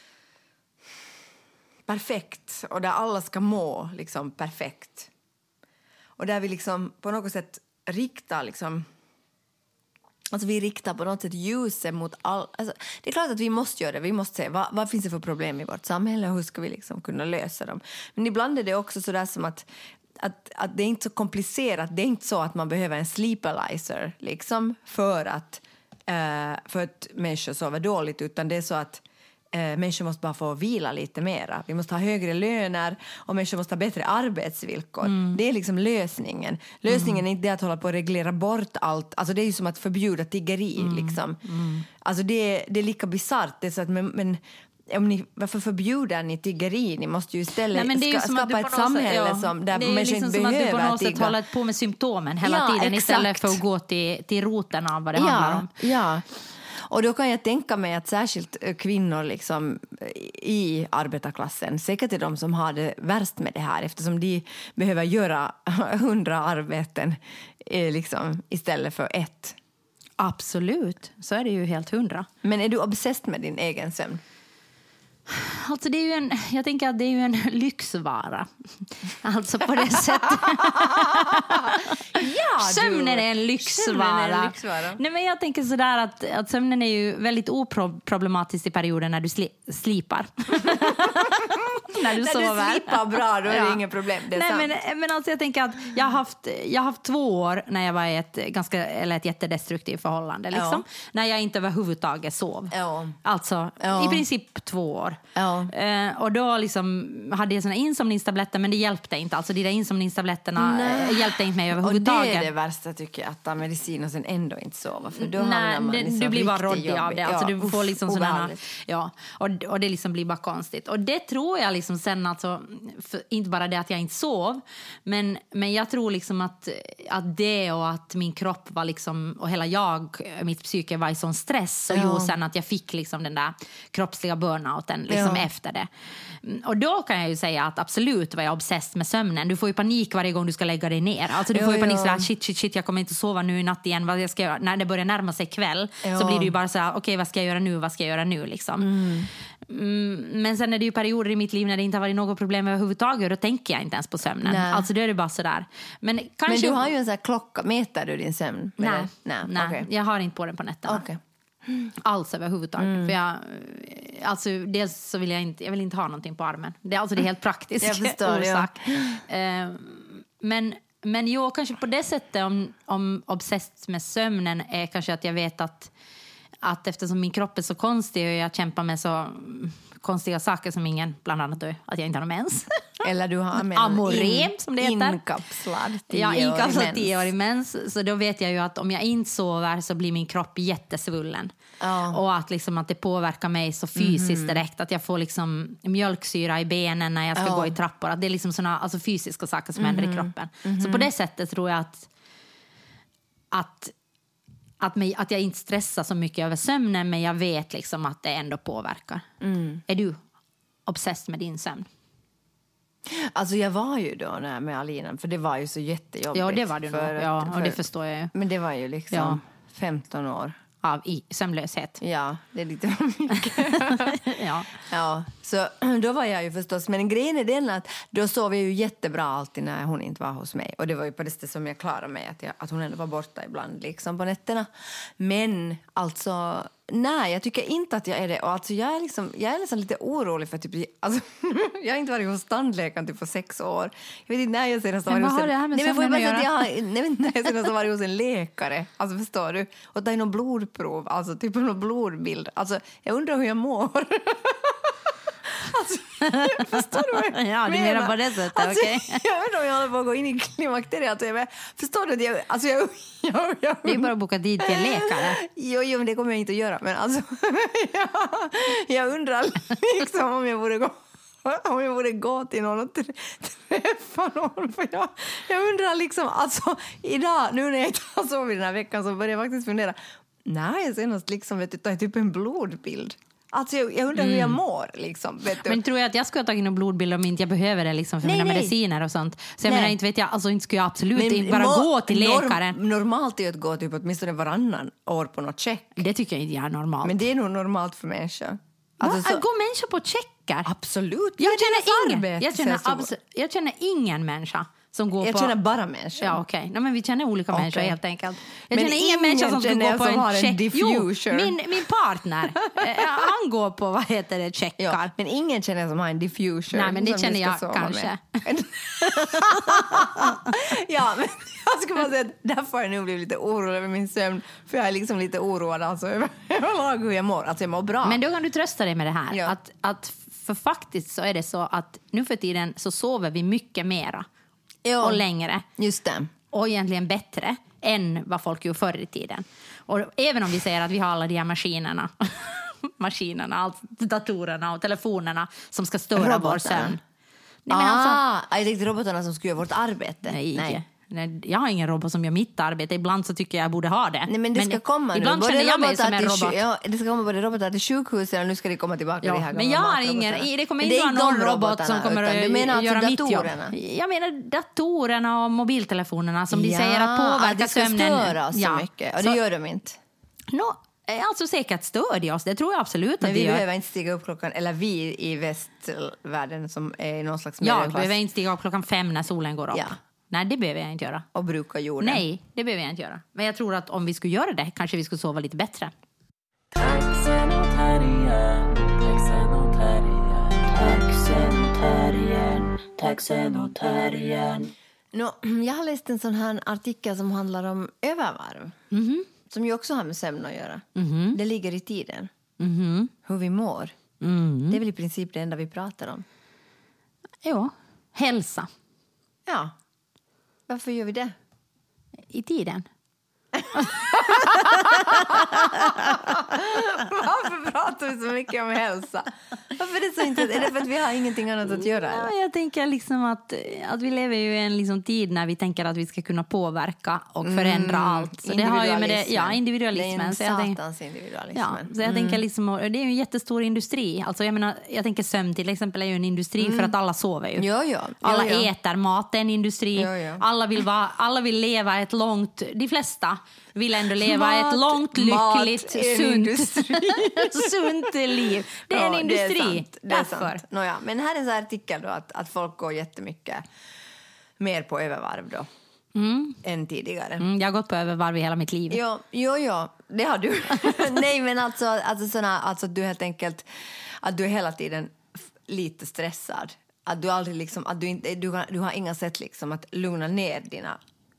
perfekt och där alla ska må liksom perfekt. Och där vi liksom på något sätt riktar liksom, alltså vi riktar på något sätt ljuset mot all... Alltså, det är klart att vi måste göra det. Vi måste se vad, vad finns det för problem i vårt samhälle och hur ska vi liksom kunna lösa dem. Men ibland är det också så där som att, att, att det är inte så komplicerat. Det är inte så att man behöver en sleepalizer liksom, för, att, eh, för att människor sover dåligt. Utan det är så att eh, människor måste bara få vila lite mera. Vi måste ha högre löner och människor måste ha bättre arbetsvillkor. Mm. Det är liksom lösningen. Lösningen mm. är inte att hålla på att reglera bort allt. Alltså det är ju som att förbjuda tiggeri. Mm. Liksom. Mm. Alltså det, det är lika bizarrt. Det är så att, men, men om ni, varför förbjuder ni tiggeri? Ni måste ju istället Nej, ska, skapa ett samhälle sätt, ja, som, där människor liksom inte inte behöver behöver tigga. Det är liksom som att du på något sätt håller på med symptomen hela ja, tiden exakt. istället för att gå till, till roten av vad det ja, handlar om. Ja, och då kan jag tänka mig att särskilt kvinnor liksom i arbetarklassen, säkert är de som har det värst med det här, eftersom de behöver göra hundra arbeten liksom, istället för ett. Absolut, så är det ju helt hundra. Men är du obsessed med din egen sömn? Alltså det är ju en, jag tänker att det är ju en lyxvara. Alltså på det sättet. Ja, sömnen är en lyxvara. Sömnen är en lyxvara. Nej, men jag tänker sådär att, att sömnen är ju väldigt oproblematisk i perioden när du sli, slipar. när du när sover. du slipar bra, då är ja. det inget problem. Det är Nej, sant. men, men alltså jag tänker att jag har haft, jag har haft två år när jag var i ett, ganska, eller ett jättedestruktivt förhållande. Liksom, Ja. När jag inte överhuvudtaget sov. Ja. Alltså Ja. i princip två år. Ja. Eh, och då liksom hade jag såna insomningstabletter, men det hjälpte inte. Alltså de där insomningstabletterna eh, hjälpte inte mig överhuvudtaget. Och det är det värsta tycker jag, att ta medicin och sen ändå inte sova. För då Nej, hamnar man det, liksom du blir bara riktigt råddig av jobbig. det. Alltså, ja, du får uff, liksom sådana, obehagligt. ja, och, och det liksom blir bara konstigt. Och det tror jag liksom sen, alltså, för, inte bara det att jag inte sov, men, men jag tror liksom att, att det och att min kropp var liksom, och hela jag, mitt psyke var i sån stress och Ja. jo, sen att jag fick liksom den där kroppsliga burnouten liksom Ja. efter det. Och då kan jag ju säga att absolut var jag obsessed med sömnen. Du får ju panik varje gång du ska lägga dig ner. Alltså du Jo, får ju panik jo. sådär, shit, shit, shit, jag kommer inte sova nu i natt igen. Vad jag ska göra? När det börjar närma sig kväll Ja. så blir det ju bara såhär, okej, okay, vad ska jag göra nu? Vad ska jag göra nu liksom? Mm. Mm, men sen är det ju perioder i mitt liv när det inte har varit något problem överhuvudtaget, och då tänker jag inte ens på sömnen. Nej. Alltså då är det bara sådär. Men, kanske... Men du har ju en sån här klocka, mäter du din sömn? med Nej, det? Nej. nej okej. jag har inte på den på nätterna. Okej. alls överhuvudtaget. Mm. För jag, alltså, dels så vill jag inte, jag vill inte ha någonting på armen. Det, alltså, det är helt praktiskt. Jag förstår, orsak. Ja. Eh, men, men jo, kanske på det sättet om, om obsessed med sömnen är kanske att jag vet att, att eftersom min kropp är så konstig och jag kämpar med så konstiga saker som ingen, bland annat då, att jag inte har någon mens. Eller du har en Amoré, som det heter. Inkapslad Ja, inkapslad tio tioårig mens. Så då vet jag ju att om jag inte sover så blir min kropp jättesvullen. Ja. Och att, liksom, att det påverkar mig så fysiskt direkt. Att jag får liksom mjölksyra i benen när jag ska Ja. gå i trappor. Att det är liksom såna, alltså fysiska saker som händer i kroppen. Så på det sättet tror jag att att, att, mig, att jag inte stressar så mycket över sömnen, men jag vet liksom att det ändå påverkar. Mm. Är du obsessed med din sömn? Alltså jag var ju då när med Alina, för det var ju så jättejobbigt. Ja, det var du nog. för, Ja, och för, det förstår jag ju. Men det var ju liksom Ja. femton år. Av i, sömnlöshet. Ja, det är lite för mycket. Ja. Ja, så då var jag ju förstås. Men grejen är den att då sov jag ju jättebra alltid när hon inte var hos mig. Och det var ju på det sättet som jag klarade mig, att, jag, att hon ändå var borta ibland liksom på nätterna. Men alltså, nej, jag tycker inte att jag är det. Och alltså jag är liksom, jag är liksom lite orolig för typ, alltså, jag har inte varit hos tandläkaren typ på sex år. Jag vet inte när jag senast har Men varit vad hos har det här med nej, men får jag sömnen bara att säga att jag har, nej, men när jag senast har varit hos en läkare. Alltså förstår du? Och det är någon blodprov, alltså typ någon blodbild. Alltså jag undrar hur jag mår. Alltså, förstår du vad jag Ja, du menar på det sättet, alltså, okej. Jag undrar om jag håller på att gå in i klimakteriet. Och jag bara, förstår du? Att jag, alltså, jag, jag, jag, Det är bara att boka dit till en läkare. Jo, jo, men det kommer jag inte att göra. Men alltså, jag, jag undrar liksom om jag borde gå, om jag borde gå till någon och träffa någon. För jag, jag undrar liksom, alltså, idag, nu när jag inte har sovit den här veckan så börjar jag faktiskt fundera. Nej, jag senast liksom, vet du, tar typ en blodbild. Alltså jag, jag undrar mm. hur jag mår liksom, vet du. Men tror jag att jag skulle ha tagit någon blodbild om inte jag behöver det liksom för Nej, mina nej. mediciner och sånt. Så jag Nej. menar inte vet jag, alltså inte skulle jag absolut Men inte bara må- gå till läkaren. Norm, normalt är ju att gå typ åtminstone varannan år på något check. Det tycker jag inte jag är normalt. Men det är nog normalt för människor. Alltså, Alltså, så, går människor på checkar? absolut. Jag Men det är deras känner, ingen, arbete, jag, känner säger så. abs- jag känner ingen människa som går Jag på... känner bara människor. Ja, okej. Nej, men vi känner olika Okej. människor helt enkelt. Jag Men känner ingen ingen människa som skulle känner gå på jag som har en en check. diffuser. Jo, min, min partner. eh, han går på, vad heter det, checkar. Ja, men ingen känner som har en diffuser. Nej, men det som känner vi ska jag sova kanske. med. Ja, men jag skulle bara säga att därför har jag nu blivit lite orolig över min sömn. För jag är liksom lite oroad alltså, över överlag hur jag mår. Alltså jag mår bra. Men då kan du trösta dig med det här. Ja. Att, att för faktiskt så är det så att nu för tiden så sover vi mycket mera Ja. och längre Just det. och egentligen bättre än vad folk gjorde förr i tiden. Och även om vi säger att vi har alla de här maskinerna, maskinerna, allt, datorerna och telefonerna som ska störa Robotarna. vår sömn. Nej, Ah, men alltså, jag tänkte robotarna som skulle göra vårt arbete. nej, nej. Nej, jag har ingen robot som gör mitt arbete. Ibland så tycker jag jag borde ha det. Nej, men det ska komma ibland nu. känner jag mig robotar som en till robot. sju- Ja, det ska komma både robotar till sjukhuset och nu ska det komma tillbaka Ja, det här men jag har ingen, det kommer inte vara någon robot som kommer att du menar alltså göra mitt jobb. datorerna? Jag menar datorerna och mobiltelefonerna som de Ja, säger att påverkar att det ska sömnen. störa oss så Ja. mycket. Och Så- det gör de inte. No, alltså säkert stör de oss, det tror jag absolut Men att vi de gör. behöver inte stiga upp klockan, eller vi i västvärlden som är i någon slags Jag medelklass behöver inte stiga upp klockan fem när solen går upp. Ja. Nej, det behöver jag inte göra. och bruka jorden. Nej, det behöver jag inte göra. Men jag tror att om vi skulle göra det kanske vi skulle sova lite bättre. Taxen och terriern, taxen och terriern, taxen och terriern, taxen och terriern. Nå, jag har läst en sån här artikel som handlar om övervarv. Mhm. Som ju också har med sömn att göra. Mhm. Det ligger i tiden. Mhm. Hur vi mår. Mm. Det är väl i princip det enda vi pratar om. Ja, hälsa Ja. Varför gör vi det? i tiden. Varför pratar vi så mycket om hälsa? Varför är det så intressant? Är det för att vi har ingenting annat att göra? Ja, Eller? jag tänker liksom att, att vi lever ju i en liksom tid när vi tänker att vi ska kunna påverka och förändra allt. Så det har ju med det, ja, individualismen. Det är en så jag tänker, satans individualism. ja, så jag tänker liksom, och det är ju en jättestor industri. Alltså jag menar, jag tänker sömn till exempel är ju en industri för att alla sover ju. Ja, ja. Alla ja, ja. äter mat, det är en industri. Ja, ja. Alla, vill vara, alla vill leva ett långt, de flesta vill ändå leva Mat, ett långt, mat lyckligt, är en sunt, industri. sunt liv. Det är Ja, en industri. Det är sant. Det är Därför. sant. Nåja, men här är en sån här artikel då att, att folk går jättemycket mer på övervarv då. mm. än tidigare. Mm, jag har gått på övervarv i hela mitt liv. Jo, jo, jo det har du. Nej, men alltså, alltså, såna, alltså du helt enkelt att du är hela tiden lite stressad. Att du aldrig liksom, att du inte, du har, du har inga sätt liksom att lugna ner dina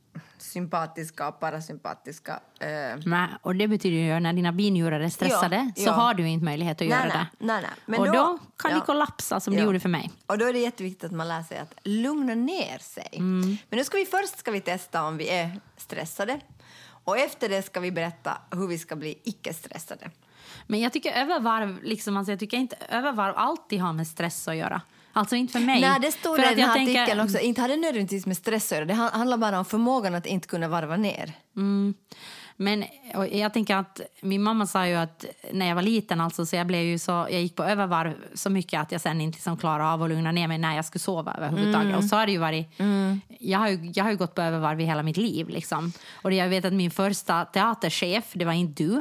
sympatiska och parasympatiska. Eh. Nej, och det betyder ju när dina binjurar är stressade ja, så ja. har du inte möjlighet att nej, göra nej, det. Nej, nej. Men och då, då kan ja. det kollapsa som ja. det gjorde för mig. Och då är det jätteviktigt att man lär sig att lugna ner sig. Mm. Men nu ska vi först ska vi testa om vi är stressade. Och efter det ska vi berätta hur vi ska bli icke-stressade. Men jag tycker övervarv, liksom, alltså jag tycker inte övervarv alltid har med stress att göra. Alltså inte för mig. Nej, det stod för i att den jag här tänker... artikeln också. Inte hade nödvändigtvis med stress att göra. Det handlar bara om förmågan att inte kunna varva ner. Mm. Men och jag tänker att min mamma sa ju att när jag var liten alltså, så jag blev ju så jag gick på övervarv så mycket att jag sen inte liksom klarade av att lugna ner mig när jag skulle sova överhuvudtaget. Mm. Och så har det ju varit mm. jag har ju, jag har ju gått på övervarv i hela mitt liv liksom. Och jag vet att min första teaterchef, det var inte du,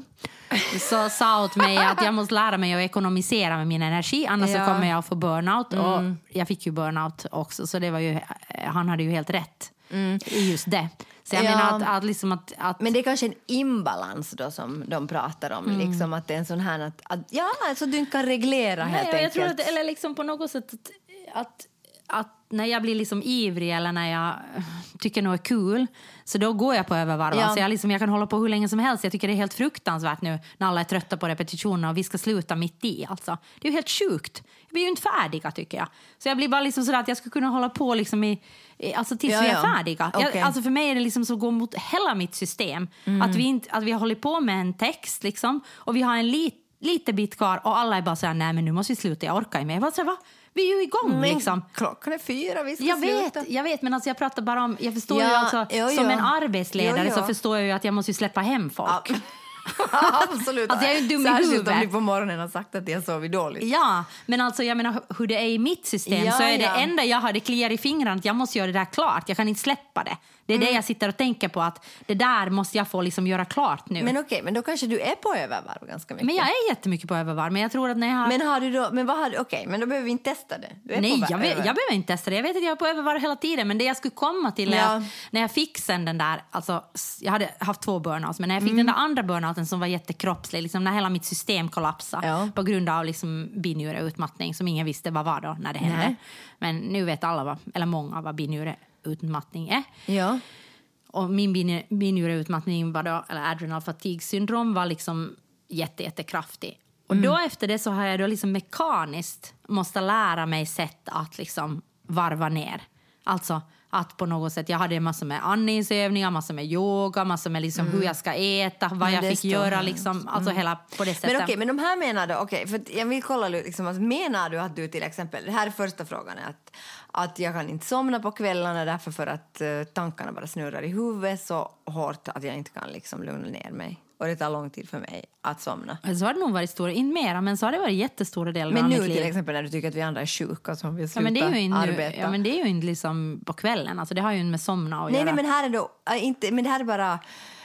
så sa åt mig att jag måste lära mig att ekonomisera med min energi, annars ja. så kommer jag att få burnout. Mm. Och jag fick ju burnout också, så det var ju, han hade ju helt rätt mm. i just det. Så jag ja. menar att, att, liksom att, att... Men det är kanske en imbalans då som de pratar om. Mm. Liksom att det är en sån här att, att ja, alltså du inte kan reglera helt Nej, enkelt. Jag tror att, eller liksom på något sätt att, att, att när jag blir liksom ivrig eller när jag tycker något är kul, så då går jag på övervarv. Ja. Så jag, liksom, jag kan hålla på hur länge som helst. Jag tycker det är helt fruktansvärt nu när alla är trötta på repetitionerna och vi ska sluta mitt i. Alltså. Det är ju helt sjukt. Vi är ju inte färdiga tycker jag. Så jag blir bara liksom sådär att jag skulle kunna hålla på liksom i, i, alltså tills ja, vi är ja. färdiga. Okay. Jag, alltså för mig är det liksom så att gå mot hela mitt system. Mm. Att, vi inte, att vi håller på med en text liksom, och vi har en lit, lite bit kvar och alla är bara såhär, nej men nu måste vi sluta, jag orkar inte. Jag bara såhär, va? Vi är ju igång men liksom. Klockan är fyra, vi ska jag sluta. vet, jag vet, men alltså jag pratar bara om, jag förstår ja, ju alltså, jo, jo. som en arbetsledare jo, jo. så förstår jag ju att jag måste släppa hem folk. Ja. Absolut. Alltså jag är ju dum Särskilt i huvudet. om ni på morgonen har sagt att jag sover dåligt. Ja, men alltså jag menar hur det är i mitt system, ja, så är det ja. enda jag har, det kliar i fingrarna att jag måste göra det där klart. Jag kan inte släppa det. Det är mm. det jag sitter och tänker på, att det där måste jag få liksom göra klart nu. Men okej, men då kanske du är på övervarv ganska mycket. Men jag är jättemycket på övervarv, men jag tror att när jag har... Men har du då, men vad har du, okej, men då behöver vi inte testa det. Du är Nej, på jag, vet, jag behöver inte testa det. Jag vet att jag är på övervarv hela tiden, men det jag skulle komma till när, ja. jag, när jag fick sen den där, alltså jag hade haft två burnouts, men när jag fick mm. den där andra burnouten som var jättekroppslig, liksom när hela mitt system kollapsade ja. på grund av liksom binjureutmattning som ingen visste vad var då när det hände. Nej. Men nu vet alla, vad, eller många, vad binjureutmattning är. Ja. Och min binjureutmattning var då, eller adrenal fatigue syndrom var liksom jätte, jättekraftig. Och mm. då efter det så har jag då liksom mekaniskt måste lära mig sätt att liksom varva ner. Alltså att på något sätt, jag hade massor med andningsövningar, massor med yoga, massor med liksom mm. hur jag ska äta, vad men jag fick göra, liksom, alltså mm. hela på det sättet. Men okej, okay, men de här menar du, okej, okay, för jag vill kolla liksom, alltså, menar du att du till exempel, det här är första frågan, är att, att jag kan inte somna på kvällarna därför för att uh, tankarna bara snurrar i huvudet så hårt att jag inte kan liksom lugna ner mig. Och det tar lång tid för mig att somna. Så har det nog varit stora, inte mera, men så har det varit jättestora delar men av mitt nu liv. till exempel när du tycker att vi andra är sjuka som vi slutar ja, men det är ju inte, arbeta. Ja, men det är ju inte liksom på kvällen. Alltså det har ju inte med somna att nej, göra. Nej, men här är då, äh, inte, men det här är bara, uh,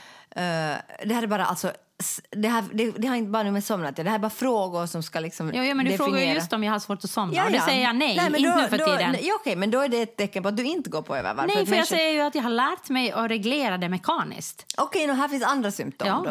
det här är bara alltså, det, här, det, det har inte bara med somnat. Det här är bara frågor som ska liksom ja, ja, men du definiera. frågar just om jag har svårt att somna. Ja, ja. Och det säger jag nej, nej men inte då, nu för då, tiden. Ja, okej, men då är det ett tecken på att du inte går på övervarv. Nej, för, för, för jag säger ju att jag har lärt mig att reglera det mekaniskt. Okej, och här finns andra symptom ja. då.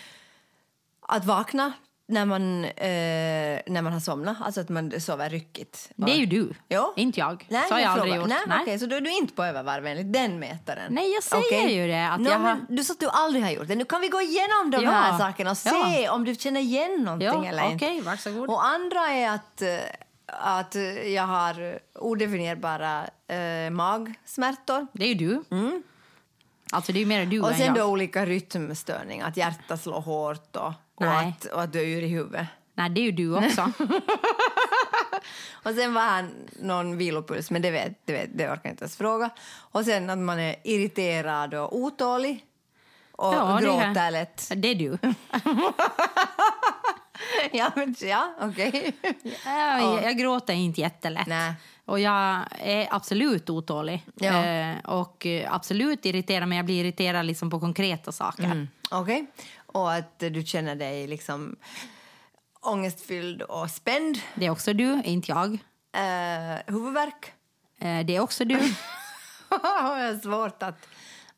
Att vakna när man, eh, när man har somnat, alltså att man sover ryckigt. Det är ju du, jo. inte jag. Nej, så har jag jag aldrig gjort. Nej, Nej. Okej, så då är du inte på övervarv enligt den mätaren. Nej, jag säger okay. ju det. Att no, jag har... Du sa att du aldrig har gjort det. Nu kan vi gå igenom de ja. här sakerna och se ja. om du känner igen någonting ja, eller inte. Okej, varsågod. Och andra är att, att jag har odefinierbara eh, magsmärtor. Det är ju du. Mm. Alltså det är ju mer du och än sen jag. då olika rytmstörningar, att hjärtat slår hårt och, och, att, och att du är ur i huvudet. Nej, det är ju du också. Och sen var han någon vilopuls, men det, vet, det, vet, det orkar jag inte ens fråga. Och sen att man är irriterad och otålig och ja, gråter lätt. Det är du. ja, men, ja okej. Okay. Ja, jag, jag gråter inte jättelätt. Nej. Och jag är absolut otålig. Ja. Eh, och absolut irriterad, men jag blir irriterad liksom på konkreta saker. Mm. Okej. Okay. Och att du känner dig liksom ångestfylld och spänd. Det är också du, inte jag. Uh, huvudvärk. Uh, det är också du. Jag har svårt att,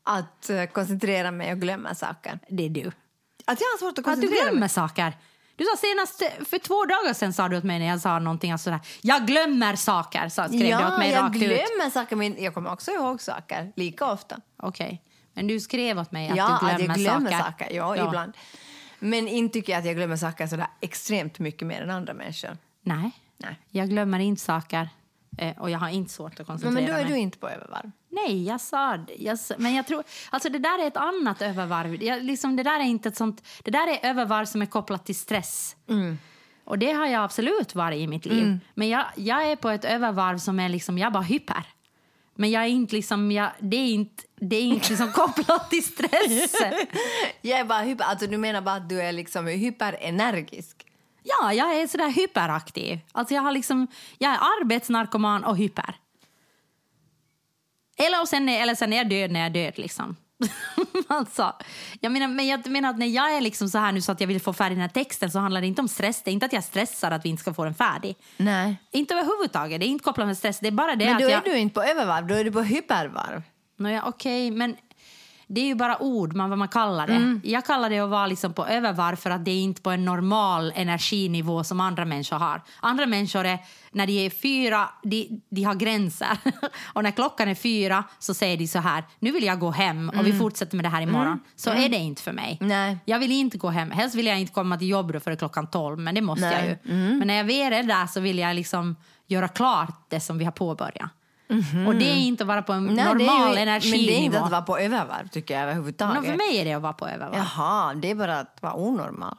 att uh, koncentrera mig och glömma saker. Det är du. Att jag har svårt att Att koncentrera du glömmer mig. saker. Du sa senast, för två dagar sedan sa du åt mig när jag sa någonting alltså sådär. Jag glömmer saker, så skrev ja, du åt mig jag rakt ut. glömmer saker, men jag kommer också ihåg saker lika ofta. Okej, okay. Men du skrev åt mig att ja, du glömmer saker. Ja, att jag glömmer saker, saker. Ja, ja, ibland. Men inte tycker jag att jag glömmer saker sådär extremt mycket mer än andra människor. Nej, Nej. Jag glömmer inte saker och jag har inte svårt att koncentrera mig. Men då är mig. Du inte på övervarv. Nej, jag sa det. Jag sa, men jag tror, alltså det där är ett annat övervarv. Jag, liksom, det där är inte ett sånt, det där är övervarv som är kopplat till stress. Mm. Och det har jag absolut varit i mitt liv. Mm. Men jag, jag är på ett övervarv som är liksom, jag bara hyper. Men jag är inte liksom, jag, det är inte, det är inte liksom kopplat till stress. Jag är bara hyper, alltså du menar bara att du är liksom hyperenergisk? Ja, jag är sådär hyperaktiv. Alltså jag har liksom, jag är arbetsnarkoman och hyper. Eller, och sen, eller sen är jag död när jag är död liksom. Alltså, jag menar, men jag menar att när jag är liksom så här nu så att jag vill få färdig den här texten så handlar det inte om stress. Det är inte att jag stressar att vi inte ska få den färdig. Nej. Inte överhuvudtaget. Det är inte kopplat med stress. Det är bara det men att då är jag... du inte på övervarv, då är du på hypervarv. Nåja, okej, okay, men det är ju bara ord, man, vad man kallar det. Mm. Jag kallar det att vara liksom på övervarv för att det är inte på en normal energinivå som andra människor har. Andra människor är, när de är fyra, de, de har gränser. Och när klockan är fyra så säger de så här, nu vill jag gå hem och mm. vi fortsätter med det här imorgon. Mm. Så mm. är det inte för mig. Nej. Jag vill inte gå hem. Helst vill jag inte komma till jobb då för klockan tolv, men det måste Nej. jag ju. Mm. Men när jag väl är där så vill jag liksom göra klart det som vi har påbörjat. Mm-hmm. Och det är inte att vara på en Nej, normal det är ju, energinivå. Men det är inte att vara på övervarv tycker jag överhuvudtaget. No, för mig är det att vara på övervarv. Jaha, det är bara att vara onormal.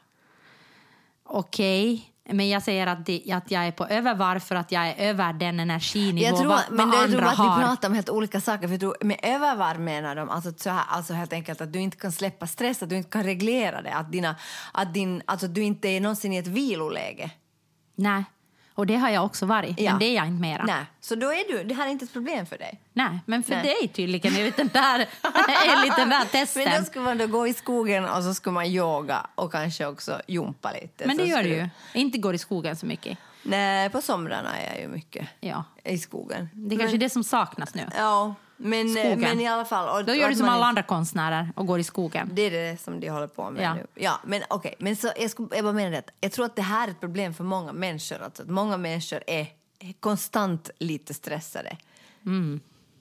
Okej, okay. Men jag säger att, det, att jag är på övervarv för att jag är över den energinivå jag tror, vad, men vad jag andra tror att har. vi pratar om helt olika saker. För jag tror, med övervarv menar de alltså, så här, alltså helt enkelt att du inte kan släppa stress, att du inte kan reglera det. Att, dina, att din, alltså, du inte är någonsin i ett viloläge. Nej. Och det har jag också varit, ja. Men det är jag inte mera. Nej, så då är du, det här är inte ett problem för dig. Nej, men för Nej. dig tydligen är den där, är lite den där testen. Men då skulle man då gå i skogen och så skulle man yoga och kanske också jumpa lite. Men det så gör skulle... du ju. Inte går i skogen så mycket. Nej, på somrarna är jag ju mycket ja. i skogen. Det är kanske men... det som saknas nu. Ja, men, men i alla fall. Och, då gör du som man... alla andra konstnärer och går i skogen. Det är det som de håller på med ja. nu. Ja, men okej. Okay. Men så jag, skulle, jag bara menar det. Jag tror att det här är ett problem för många människor. Alltså, att många människor är konstant lite stressade. Mm.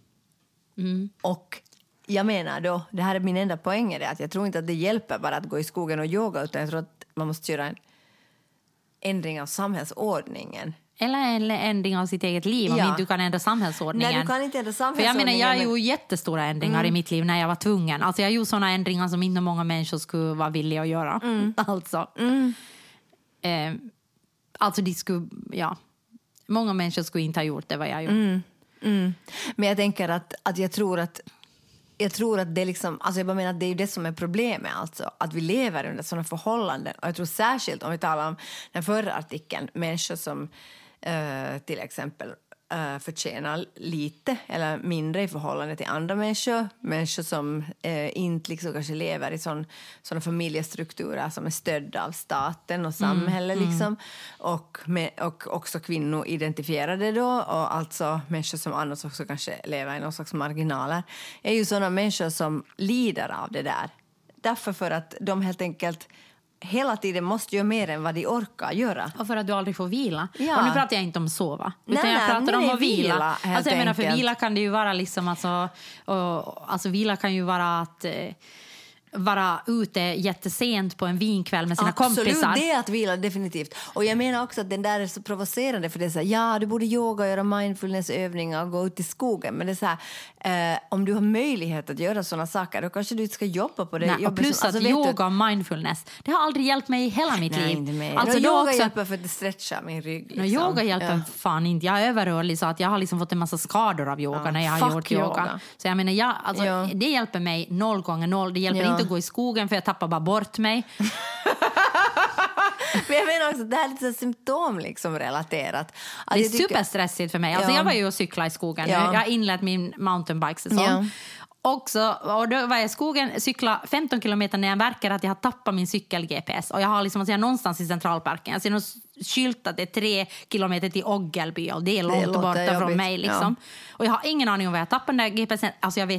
Mm. Och jag menar då, det här är min enda poäng är det, att jag tror inte att det hjälper bara att gå i skogen och yoga, utan jag tror att man måste göra en ändring av samhällsordningen. Eller en ändring av sitt eget liv, om ja. inte du kan ändra samhällsordningen. Nej, du kan inte ändra samhällsordningen. För jag menar, jag gjorde jättestora ändringar mm. i mitt liv när jag var tvungen. Alltså jag gjorde sådana ändringar som inte många människor skulle vara villiga att göra. Mm. Alltså. Mm. Eh, alltså de skulle, ja. Många människor skulle inte ha gjort det vad jag gjorde. Mm. Mm. Men jag tänker att, att jag tror att jag tror att det liksom, alltså jag bara menar att det är ju det som är problemet, alltså att vi lever under sådana förhållanden. Och jag tror särskilt om vi talar om den förra artikeln, människor som Uh, till exempel uh, förtjänar lite eller mindre i förhållande till andra människor. Människor som uh, inte liksom kanske lever i sån, såna familjestrukturer som är stödda av staten och samhället. Mm, liksom. Mm. Och, med, och också kvinnor identifierade då. Och alltså människor som annars också kanske lever i någon slags marginaler. Är ju sådana människor som lider av det där. Därför för att de helt enkelt hela tiden måste göra mer än vad de orkar göra. Och för att du aldrig får vila. Ja. Och nu pratar jag inte om sova. Utan nej, jag pratar nej, om nej, att vila. vila alltså jag menar, för enkelt. vila kan det ju vara liksom, alltså, och, alltså vila kan ju vara att eh, vara ute jättesent på en vinkväll med sina Absolut, kompisar. Absolut, det är att vila definitivt. Och jag menar också att den där är så provocerande, för det är så här, ja, du borde yoga, göra mindfulnessövningar och gå ut i skogen. Men det är så här, eh, om du har möjlighet att göra sådana saker, då kanske du inte ska jobba på det. Nej, och plus som, att alltså, yoga och mindfulness, det har aldrig hjälpt mig i hela mitt nej, liv. Inte mer. Alltså, no, yoga också, hjälper för att det stretchar min rygg. Liksom. No, yoga hjälper ja. fan inte. Jag är överrörlig så att jag har liksom fått en massa skador av yoga ja, när jag har gjort yoga. yoga. Så jag menar, jag, alltså, ja. det hjälper mig noll gånger noll. Det hjälper ja. inte att gå i skogen för jag tappar bara bort mig. Men jag menar också att det här är lite symptom liksom relaterat. Att det är tycker... superstressigt för mig. Alltså ja. Jag var ju och cykla i skogen. Ja. Jag har inlett min mountainbike-säsong. Ja. Också, och då var jag i skogen, cykla femton kilometer när jag märker att jag har tappat min cykel-G P S. Och jag har liksom, alltså jag är någonstans i centralparken. Jag ser någon skylt att det är tre kilometer till Oggelby och det är långt det borta från mig. Liksom. Ja. Och jag har ingen aning om vad jag tappar den där G P S. Alltså jag vet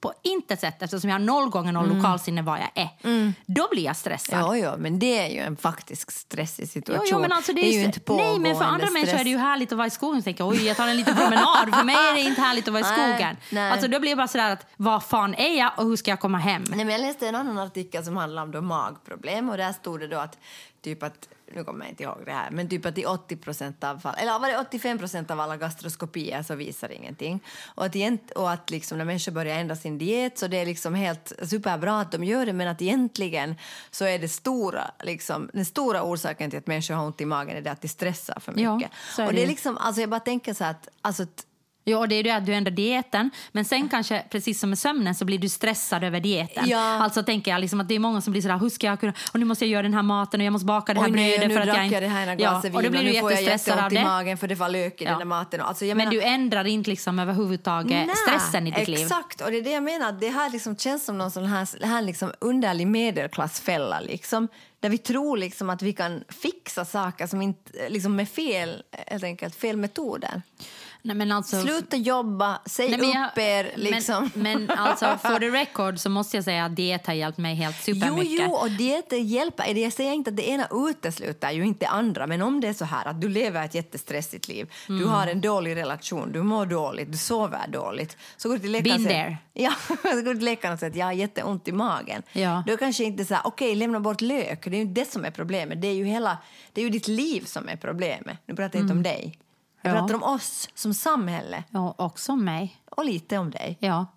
på inte sätt eftersom jag har noll gånger noll mm. lokalsinne vad jag är. Mm. Då blir jag stressad. Ja, ja, men det är ju en faktisk stressig situation. Jo, jo, men alltså det är, det är ju inte pågående. Nej, men för andra stress. människor är det ju härligt att vara i skogen. Tänker, oj, jag tar en liten promenad. För mig är det inte härligt att vara i skogen. Nej, nej. Alltså då blir det bara sådär att vad fan är jag och hur ska jag komma hem? Nej, men jag läste en annan artikel som handlar om då magproblem och där stod det då att typ att, nu kommer jag inte ihåg det här, men typ att i åttio procent av fall, eller var det åttiofem procent av alla gastroskopier så visar ingenting. Och att, egent, och att liksom när människor börjar ändra sin diet så det är liksom helt superbra att de gör det, men att egentligen så är det stora, liksom, den stora orsaken till att människor har ont i magen är det att de stressar för mycket. Ja, och det är liksom, alltså jag bara tänker så att, alltså att ja, det är ju att du ändrar dieten. Men sen kanske, precis som med sömnen, så blir du stressad över dieten. Ja. Alltså tänker jag liksom att det är många som blir sådär, hur ska jag kunna, och nu måste jag göra den här maten och jag måste baka det här Oj, brödet. Nu för att drack jag jag det här ja, glaset vin och då blir du nu får jag jättestressad av det. i magen för det var lök i ja. den där maten. Alltså, jag men menar, du ändrar inte liksom överhuvudtaget nej, stressen i ditt liv. Exakt, och det är det jag menar. Det här liksom känns som någon sån här, här liksom underlig medelklassfälla liksom. Där vi tror liksom att vi kan fixa saker som inte, liksom med fel, helt enkelt, fel metoder. Nej, men alltså, sluta jobba, säg nej, men upp jag, er liksom. Men, men alltså for the record så måste jag säga att diet har hjälpt mig helt supermycket. Jo, jo, och diet hjälper. Jag säger inte att det ena utesluter ju inte andra, men om det är så här att du lever ett jättestressigt liv, mm. du har en dålig relation, du mår dåligt, du sover dåligt, så går du till läkaren och säger, ja, så går du till läkaren och säger att jag har jätteont i magen. Ja. Då kanske inte så här, okej, okay, lämna bort lök, det är ju det som är problemet. Det är ju hela, det är ju ditt liv som är problemet. Nu pratar jag mm. inte om dig. Jag pratar om oss som samhälle. Ja, också om mig. Och lite om dig. Ja.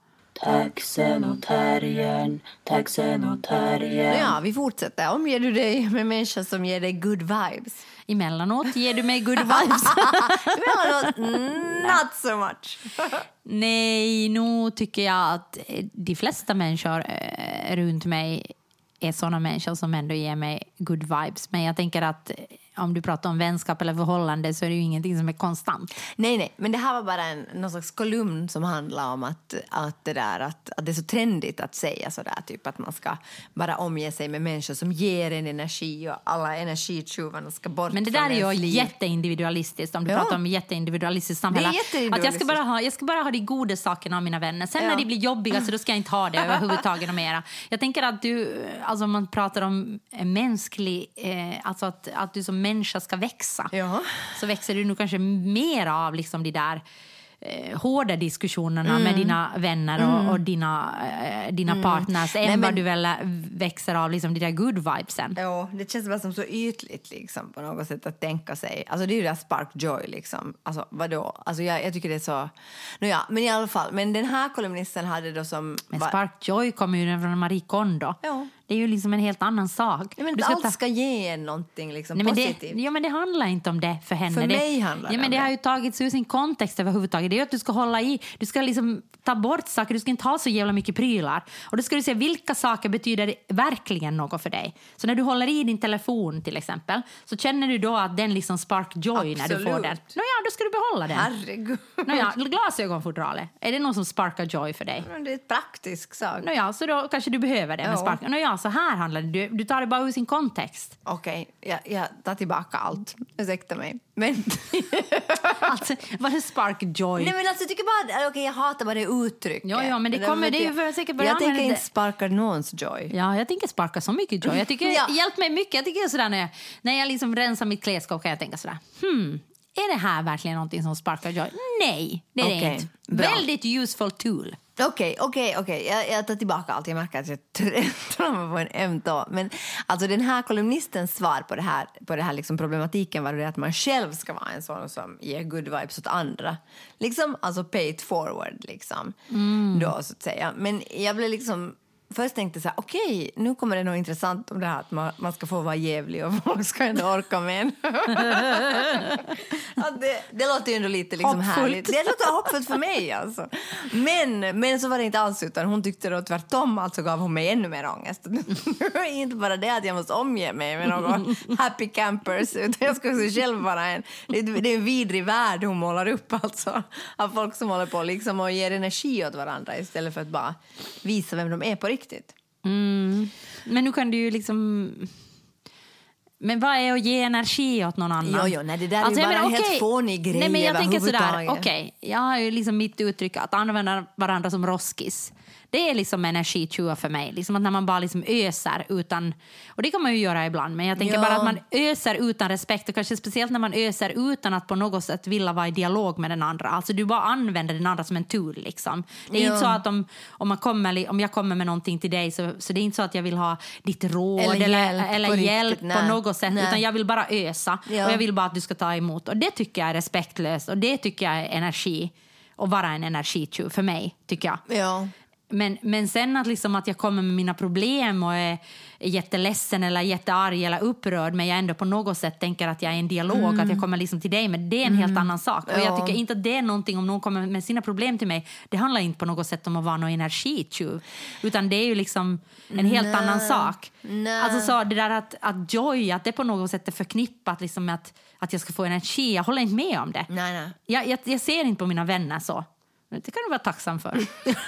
Taxenotarien, taxenotarien. Ja, vi fortsätter. Omger du dig med människor som ger dig good vibes? Emellanåt ger du mig good vibes. Emellanåt, not so much. Nej, nu tycker jag att de flesta människor eh, runt mig är sådana människor som ändå ger mig good vibes. Men jag tänker att om du pratar om vänskap eller förhållande så är det ju ingenting som är konstant. Nej, nej. Men det här var bara en någon slags kolumn som handlar om att, att, det där, att, att det är så trendigt att säga sådär. Typ att man ska bara omge sig med människor som ger en energi och alla energitjuvarna ska bort. Men det där är ju jätteindividualistiskt om du ja. pratar om jätteindividualistiskt samhälle. Det är jätteindividualistiskt. Att jag ska bara ha, jag ska bara ha de goda sakerna av mina vänner. Sen ja. när de blir jobbiga så då ska jag inte ha det överhuvudtaget och mera. Jag tänker att du, alltså om man pratar om mänsklig, eh, alltså att, att du som människa ska växa. Ja. Så växer du nog kanske mer av liksom de där eh, hårda diskussionerna mm. med dina vänner och, mm. och dina, eh, dina mm. partners än Nej, men... vad du väl växer av liksom de där good vibesen. Ja, det känns bara som så ytligt liksom på något sätt att tänka sig. Alltså det är ju det där spark joy liksom. Alltså vadå? Alltså jag, jag tycker det är så... No, ja, men i alla fall. Men den här kolumnisten hade då som... Men spark joy kommer ju från Marie Kondo. Ja. Det är ju liksom en helt annan sak. Ja, men du ska allt ta... ska ge en någonting liksom Nej, men positivt. Det, ja, men det handlar inte om det för henne. För det, mig handlar ja, det men om det. det. har ju tagits ur sin kontext överhuvudtaget. Det är ju att du ska hålla i. Du ska liksom ta bort saker. Du ska inte ha så jävla mycket prylar. Och då ska du se vilka saker betyder verkligen något för dig. Så när du håller i din telefon till exempel så känner du då att den liksom spark joy. Absolut. När du får den. Nåja, då ska du behålla den. Herregud. Nåja, glasögonfodralet. Är det någon som sparkar joy för dig? Men det är ett praktisk sak. Nåja, så då kanske du behöver det. Med spark. Nåja, så här handlar det. Du, du tar det bara ur sin kontext. Okej, okay, jag, jag tar tillbaka allt. Ursäkta mig. Men... alltså, vad är spark joy? Nej, men alltså, jag tycker bara... Okej, okay, jag hatar bara det uttrycket. Ja, ja, men det kommer... Det är ju för säkert bara jag tänker inte sparka någons joy. Ja, jag tänker sparka så mycket joy. Jag tycker ja. det hjälpt mig mycket. Jag tycker sådär när jag, när jag liksom rensar mitt klädskåp kan jag tänka sådär. Hmm, är det här verkligen någonting som sparkar joy? Nej, det är okay, det inte. Bra. Väldigt useful tool. Okej, okej, okej. Jag tar tillbaka allt. Jag märker att jag tränar på en öm tå. Men alltså den här kolumnistens svar på det här, på det här liksom problematiken var det att man själv ska vara en sån som ger good vibes åt andra. Liksom, alltså pay it forward liksom. Mm. Då så att säga. Men jag blev liksom... Först tänkte jag så här, okej, okay, nu kommer det något intressant om det här att man, man ska få vara jävlig och folk ska ändå orka med en. ja, det, det låter ju ändå lite liksom härligt. Det låter hoppfullt för mig alltså. Men, men så var det inte alls utan hon tyckte då tvärtom, alltså gav hon mig ännu mer ångest. Inte bara det att jag måste omge mig med någon happy campers utan jag ska också själv vara en. Det, det är en vidrig värld hon målar upp alltså. Av folk som håller på liksom och ger energi åt varandra istället för att bara visa vem de är på riktigt. Mm. Men nu kan du ju liksom... Men vad är att ge energi åt någon annan? Jo, jo, nej, det där alltså, är ju bara en helt fånig grej. Nej, men jag tänker sådär, okej, okay, jag har ju liksom mitt uttryck att använda varandra som roskis. Det är liksom energitjuvar för mig. Liksom att när man bara liksom öser utan... Och det kan man ju göra ibland. Men jag tänker Ja. bara att man öser utan respekt. Och kanske speciellt när man öser utan att på något sätt vilja vara i dialog med den andra. Alltså du bara använder den andra som en tool liksom. Det är Ja. inte så att om, om, man kommer, om jag kommer med någonting till dig så, så det är inte så att jag vill ha ditt råd Eller eller, hjälp eller på hjälp riktigt, på nej. något sätt. Nej. Utan jag vill bara ösa. Ja. Och jag vill bara att du ska ta emot. Och det tycker jag är respektlöst. Och det tycker jag är energi. Och vara en energitjuv för mig, tycker jag. Ja. Men, men sen att, liksom att jag kommer med mina problem och är, är jätteledsen eller jättearg eller upprörd, men jag ändå på något sätt tänker att jag är i en dialog, mm. att jag kommer liksom till dig, men det är en mm. helt annan sak. Och ja. jag tycker inte att det är någonting, om någon kommer med sina problem till mig, det handlar inte på något sätt om att vara någon energitjuv, utan det är ju liksom en helt Nej. annan sak. Nej. Alltså så det där att, att joy, att det på något sätt är förknippat liksom med att, att jag ska få energi, jag håller inte med om det. Nej, nej. Jag, jag, jag ser inte på mina vänner så. Det kan du vara tacksam för.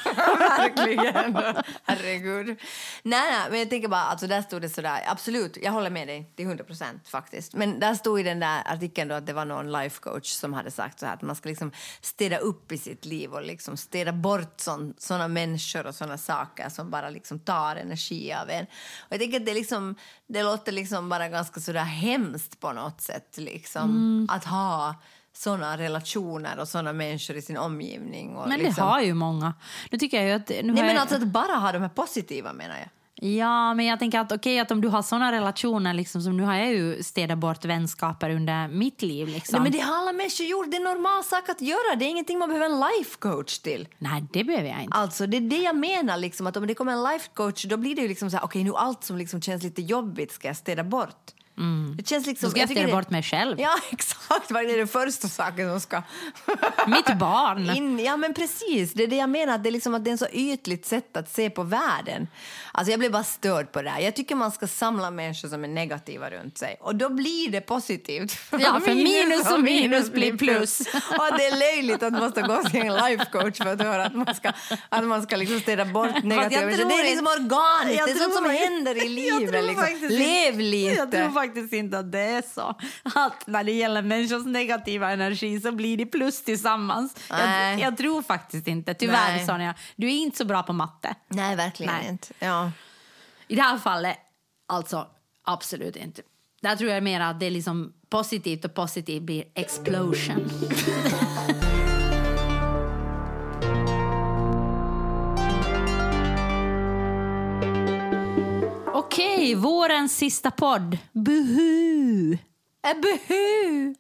Verkligen. Herregud. Nej, nej, men jag tänker bara, alltså där stod det sådär, absolut, jag håller med dig till hundra procent faktiskt. Men där stod i den där artikeln då att det var någon life coach som hade sagt så här att man ska liksom städa upp i sitt liv och liksom städa bort sådana människor och sådana saker som bara liksom tar energi av en. Och jag tänker att det liksom, det låter liksom bara ganska sådär hemskt på något sätt liksom, mm. att ha såna relationer och såna människor i sin omgivning. Och men det liksom... har ju många. Nu tycker jag ju att... Nu Nej, men jag... alltså att bara ha de här positiva, menar jag. Ja, men jag tänker att okej, okay, att om du har såna relationer liksom, som nu har jag ju städat bort vänskaper under mitt liv liksom. Nej, men det har alla människor gjort. Det är en normal sak att göra. Det är ingenting man behöver en life coach till. Nej, det behöver jag inte. Alltså, det är det jag menar liksom, att om det kommer en life coach, då blir det ju liksom så här, okej, okay, nu allt som liksom känns lite jobbigt ska jag städa bort. Mm. Det känns liksom, då ska jag städa det... bort mig själv. Ja, exakt. Vad är det första saken som ska... Mitt barn. In, ja, men precis. Det är det jag menar. Det är, liksom att det är en så ytligt sätt att se på världen. Alltså jag blir bara störd på det här. Jag tycker man ska samla människor som är negativa runt sig. Och då blir det positivt. Ja, för minus och minus blir plus. Och det är löjligt att man ska gå till en life coach för att höra att man ska, att man ska liksom städa bort negativa människor. Det är liksom organiskt. Det är sånt som händer i livet. Liksom. Lev lite. Jag tror faktiskt inte att det är så. Att när det gäller människors negativa energi så blir det plus tillsammans. Jag, jag tror faktiskt inte. Tyvärr, Nej. Sonja. Du är inte så bra på matte. Nej, verkligen Nej. inte. Ja. I det här fallet, alltså, absolut inte. Där tror jag mer att det är liksom positivt och positivt blir explosion. Okej, vårens sista podd. Buhu! Buhu!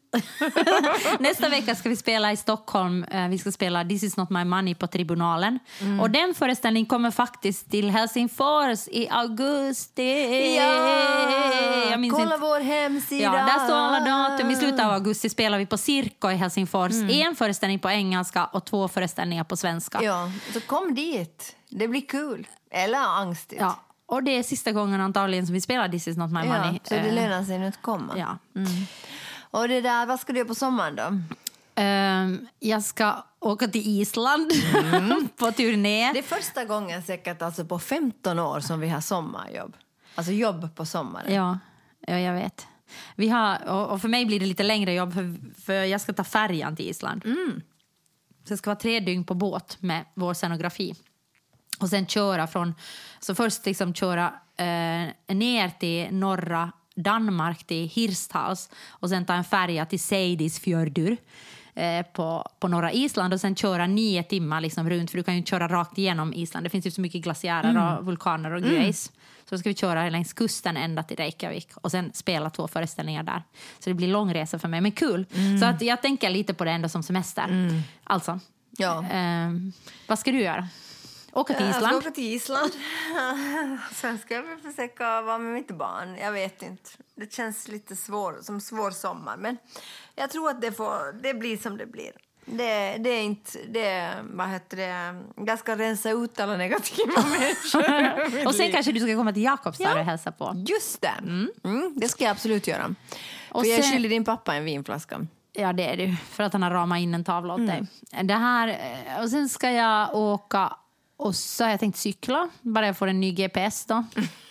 Nästa vecka ska vi spela i Stockholm. Vi ska spela This is not my money på Tribunalen. Mm. Och den föreställningen kommer faktiskt till Helsingfors i augusti. Ja! Jag minns Kolla inte. vår hemsida. Ja, där står alla datum. I slutet av augusti spelar vi på Cirko i Helsingfors. Mm. En föreställning på engelska och två föreställningar på svenska. Ja, så kom dit. Det blir kul. Eller angstigt. Ja. Och det är sista gången antagligen som vi spelar This is not my money. Ja, så det lönar sig nu att komma. Ja. Mm. Och det där, vad ska du göra på sommaren då? Um, jag ska åka till Island mm. på turné. Det är första gången säkert alltså på femton år som vi har sommarjobb. Alltså jobb på sommaren. Ja, ja jag vet. Vi har, och för mig blir det lite längre jobb för, för jag ska ta färjan till Island. Mm. Så det ska vara tre dygn på båt med vår scenografi. Och sen köra från, så först liksom köra eh, ner till norra Danmark till Hirtshals och sen ta en färja till Seidisfjördur eh, på, på norra Island och sen köra nio timmar liksom runt, för du kan ju inte köra rakt igenom Island. Det finns ju så mycket glaciärer mm. och vulkaner och mm. grejs. Så då ska vi köra längs kusten ända till Reykjavik och sen spela två föreställningar där. Så det blir lång resa för mig, men kul. Mm. Så att jag tänker lite på det ändå som semester. Mm. Alltså, ja. eh, vad ska du göra? Åka till Island? Jag ska åka till Island. Sen ska jag försöka vara med mitt barn. Jag vet inte. Det känns lite svår, som svår sommar. Men jag tror att det, får, det blir som det blir. Det, det är inte... Det, vad heter det? Jag ska rensa ut alla negativa människor. Och sen kanske du ska komma till Jakobstad ja. och hälsa på. Just det. Mm. Mm, det ska jag absolut göra. Och för sen, jag skyller din pappa en vinflaska. Ja, det är du. För att han har ramat in en tavla åt mm. dig. Det här, och sen ska jag åka... Och så har jag tänkt cykla, bara jag får en ny G P S då.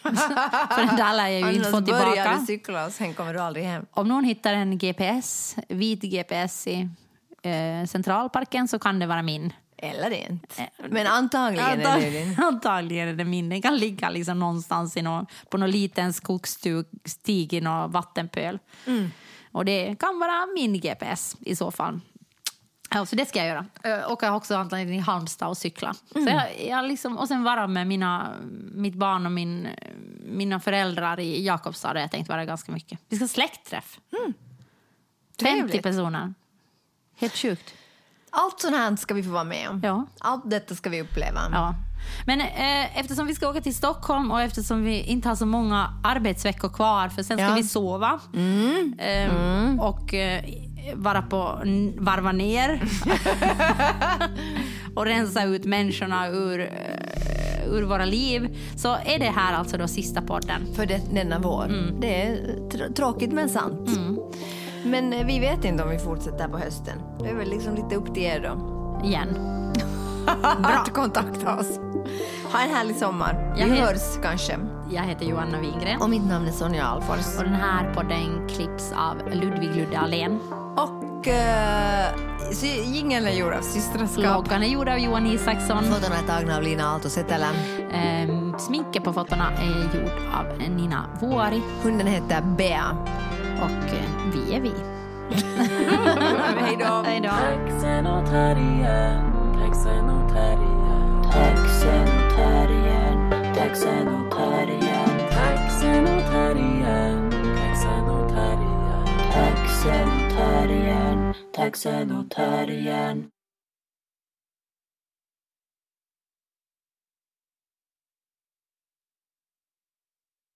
För den där lär jag ju annars inte få tillbaka. Börjar du cykla och sen kommer du aldrig hem. Om någon hittar en G P S, vit G P S i eh, Centralparken så kan det vara min. Eller inte. Men antagligen är det din. Antagligen är det min. Den kan ligga liksom någonstans i någon, på någon liten skogsstig i någon vattenpöl. Mm. Och det kan vara min G P S i så fall. Ja, så det ska jag göra. Och jag har också antagligen i Halmstad och cykla. Mm. Så jag, jag liksom, och sen vara med mina, mitt barn och min, mina föräldrar i Jakobstad. Har jag tänkt vara ganska mycket. Vi ska släktträff. Mm. femtio personer. Helt sjukt. Allt sånt här ska vi få vara med om. Ja. Allt detta ska vi uppleva. Ja. Men eh, eftersom vi ska åka till Stockholm och eftersom vi inte har så många arbetsveckor kvar, för sen ska ja. vi sova mm. Eh, mm. och eh, vara på varva ner och rensa ut människorna ur, uh, ur våra liv, så är det här alltså då sista podden. För det, denna vår. Mm. Det är tr- tråkigt men sant. Mm. Men vi vet inte om vi fortsätter på hösten. Det är väl liksom lite upp till er då. Igen. Bra att kontakta oss. Ha en härlig sommar. Vi het- hörs kanske. Jag heter Joanna Wingren. Och mitt namn är Sonja Alfors. Och den här podden klipps av Ludvig Ludde Alén. Och uh, jingeln är gjord av Systraskap. Loggan är gjord av Johan Isaksson. Fotona är tagna av Lina Aalto-Setälä. Um, sminket på fotona är gjord av Nina Vuori. Hunden heter Bea. Och uh, vi är vi. Hej då. Hej då. Taxenotarien, taxenotarien, taxenotarien, taxenotarien, taxenotarien, taxenotarien, taxenotarien, taxenotarien.